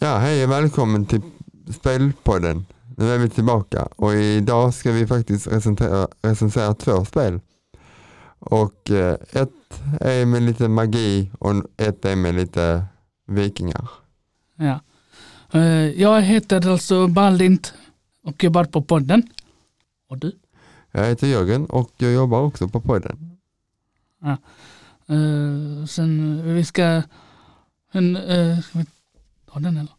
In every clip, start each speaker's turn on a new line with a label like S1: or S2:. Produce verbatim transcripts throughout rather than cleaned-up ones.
S1: Ja, hej och välkommen till Spelpodden. Nu är vi tillbaka och idag ska vi faktiskt recensera, recensera två spel. Och eh, ett är med lite magi och ett är med lite vikingar.
S2: Ja. Uh, jag heter alltså Balint och jobbar på podden. Och du?
S1: Jag heter Jörgen och jag jobbar också på podden.
S2: Ja. Uh, sen vi ska... En, uh, ska vi ta den eller?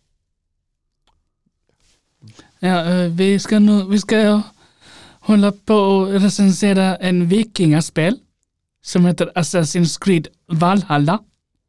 S2: Ja, uh, vi ska nu, vi ska hålla på och recensera en vikingaspel som heter Assassin's Creed Valhalla.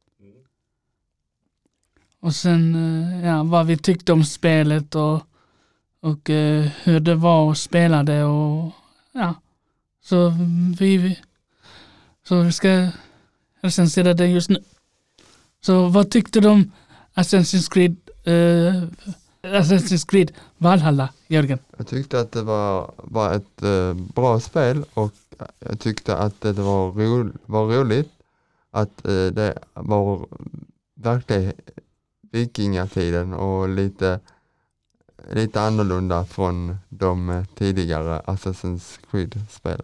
S2: Och sen uh, ja, vad vi tyckte om spelet och, och uh, hur det var att spela det och ja, så vi så vi ska recensera det just nu. Så vad tyckte du om Assassin's Creed uh, Assassin's Creed Valhalla, Jörgen?
S1: Jag tyckte att det var, var ett eh, bra spel och jag tyckte att det var, ro, var roligt att eh, det var verkligen vikingatiden och lite, lite annorlunda från de tidigare Assassin's Creed-spelen.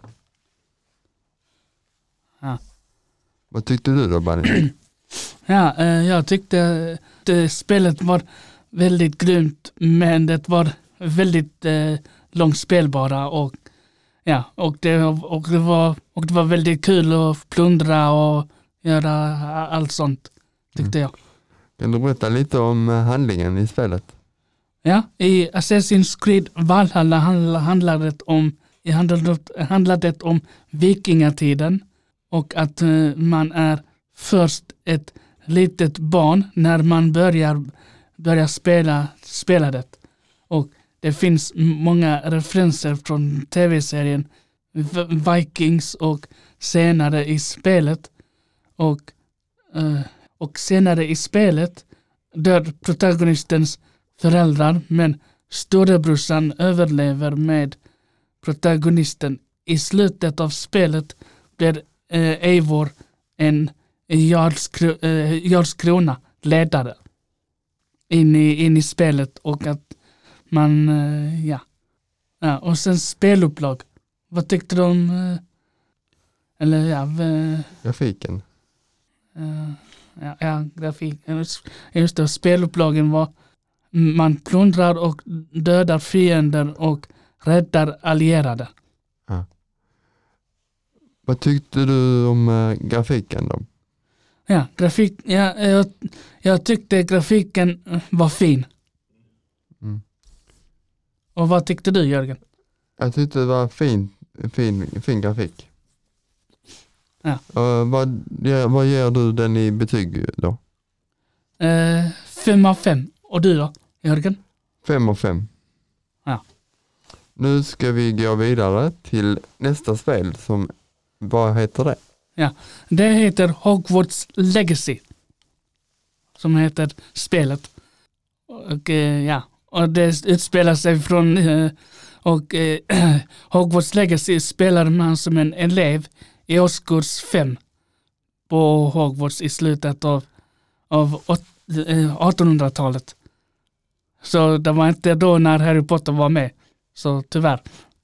S2: Ja.
S1: Vad tyckte du då, Barney?
S2: Ja, eh, jag tyckte det spelet var väldigt grymt, men det var väldigt eh, långt spelbara och ja, och det, och, det var, och det var väldigt kul att plundra och göra allt sånt, tyckte mm. jag.
S1: Kan du berätta lite om handlingen i spelet?
S2: Ja, i Assassin's Creed Valhalla handlar det om, handlar det om vikingatiden och att uh, man är först ett litet barn när man börjar, börjar spela, spela det. Och det finns många referenser från tv-serien Vikings och senare i spelet. Och, uh, och senare i spelet dör protagonistens föräldrar, men storebrorsan överlever med protagonisten. I slutet av spelet blir uh, Eivor en Jarlskro, uh, Jarlskrona ledare in i, in i spelet och att man, uh, ja. ja. Och sen spelupplag. Vad tyckte du om, uh, eller ja. Uh,
S1: Grafiken.
S2: Uh, ja, ja, grafik. Just det, spelupplagen var man plundrar och dödar fiender och räddar allierade.
S1: Ja. Vad tyckte du om uh, grafiken då?
S2: Ja, grafik, ja jag, jag tyckte grafiken var fin.
S1: Mm.
S2: Och vad tyckte du, Jörgen?
S1: Jag tyckte det var fin, fin, fin grafik.
S2: Ja.
S1: Uh, vad, vad ger du den i betyg då?
S2: Uh, fem av fem. Och du då, Jörgen?
S1: Fem av fem.
S2: Ja.
S1: Nu ska vi gå vidare till nästa spel som, vad heter det?
S2: Ja, det heter Hogwarts Legacy. Som heter spelet. Och uh, ja, och det utspelar sig från uh, och uh, Hogwarts Legacy spelar man som en elev i årskurs fem på Hogwarts i slutet av, av artonhundratalet. Så det var inte då när Harry Potter var med. Så tyvärr.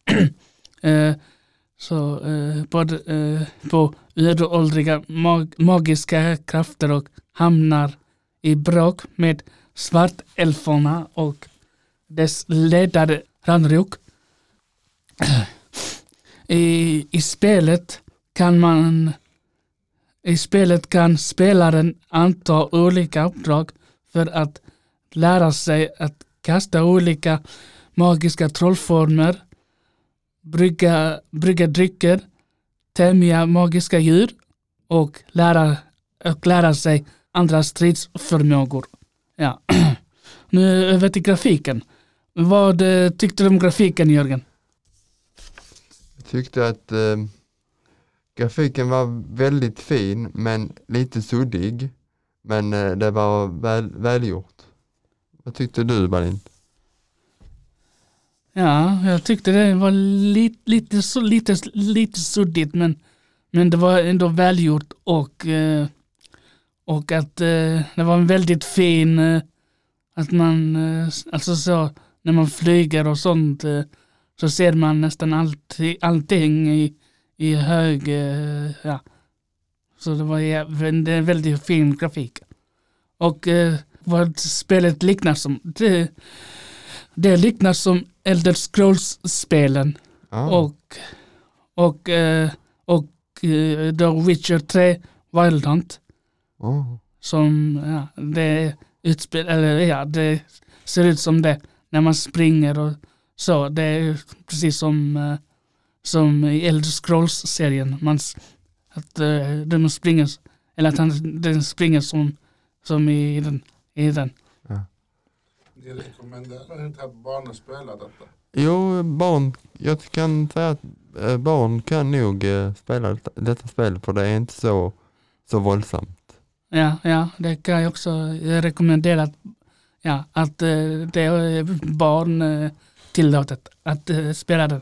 S2: eh, så eh, på, eh, på uråldriga mag- magiska krafter och hamnar i bråk med svartelforna och dess ledare Ranrok. I, I spelet kan man i spelet kan spelaren anta olika uppdrag för att lära sig att kasta olika magiska trollformer, brygga, brygga drycker, tämja magiska djur och lära, och lära sig andra stridsförmågor. Ja. Nu över till grafiken. Vad tyckte du om grafiken, Jörgen?
S1: Jag tyckte att eh, grafiken var väldigt fin men lite suddig. Men eh, det var väl, välgjort. Vad tyckte du, Balin?
S2: Ja, jag tyckte det var lite, lite, lite, lite suddigt, men, men det var ändå välgjort och, eh, och att eh, det var en väldigt fin, eh, att man, eh, alltså så, när man flyger och sånt, eh, så ser man nästan allt, allting i, i hög, eh, ja. Så det var jä- det är väldigt fin grafik. Och eh, vad spelet liknar som, det, det liknar som Elder Scrolls-spelen.
S1: Ah.
S2: Och, och, eh, och eh, The Witcher tre Wild Hunt.
S1: Oh.
S2: Som, ja, det utspel, eller ja, det ser ut som det när man springer och så. Det är precis som, eh, som i Elder Scrolls-serien. Man, s- att eh, de springer, eller att han, den springer som, som i den. I den.
S3: Ni rekommenderar inte att barnen spelar detta?
S1: Jo, barn, jag kan säga att eh, barn kan nog eh, spela detta, detta spel, för det är inte så, så våldsamt.
S2: Ja, ja, det kan jag också rekommendera. Att, ja, att eh, det är barn eh, tillåtet att eh, spela den.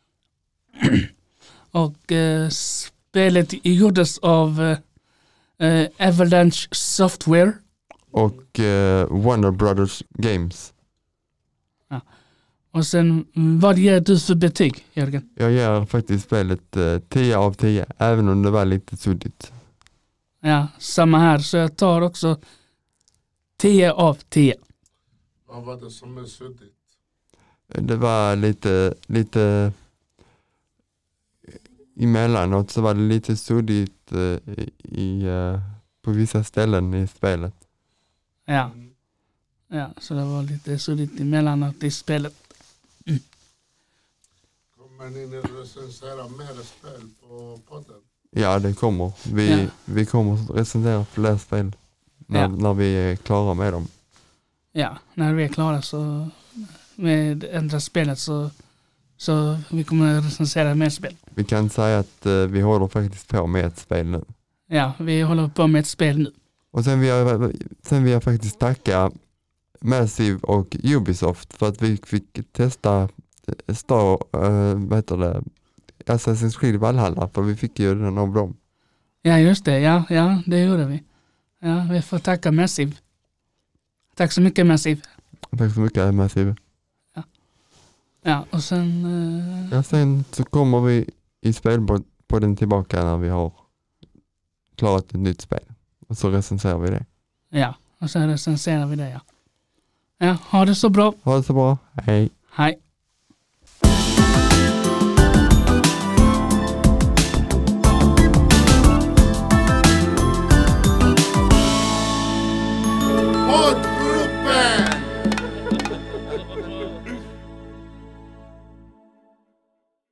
S2: Och eh, spelet gjordes av eh, eh, Avalanche Software.
S1: Och eh, Warner Brothers Games.
S2: Och sen, mm, vad ger du för betyg, Jörgen?
S1: Jag ger faktiskt spelet eh, tio av tio, även om det var lite suddigt.
S2: Ja, samma här. Så jag tar också tio av tio.
S3: Vad var det som är suddigt?
S1: Det var lite, lite emellanåt så var det lite suddigt eh, i, eh, på vissa ställen i spelet.
S2: Ja, ja, så det var lite suddigt emellanåt i spelet.
S3: Kommer ni att recensera mer spel på podden?
S1: Ja, det kommer. Vi,
S2: Ja.
S1: vi kommer recensera fler spel när,
S2: Ja.
S1: när vi är klara med dem.
S2: Ja, när vi är klara så med ändra spelet så, så vi kommer recensera mer spel.
S1: Vi kan säga att eh, vi håller faktiskt på med ett spel nu.
S2: Ja, vi håller på med ett spel nu.
S1: Och sen vill jag, sen vill jag faktiskt tacka Massive och Ubisoft för att vi fick testa eh, Star, eh, vad heter det, Assassin's Creed Valhalla, för vi fick ju den av dem.
S2: Ja, just det. Ja, ja, det gjorde vi. Ja, vi får tacka Massive. Tack så mycket, Massive.
S1: Tack så mycket Massive.
S2: Ja, och sen... eh,
S1: Ja, sen så kommer vi i spelpodden tillbaka när vi har klarat ett nytt spel. Och så recenserar vi det.
S2: Ja, och sen recenserar vi det, ja. Ja, ha det så bra.
S1: Ha det så bra. Hej.
S2: Hej.
S3: Poddgruppen!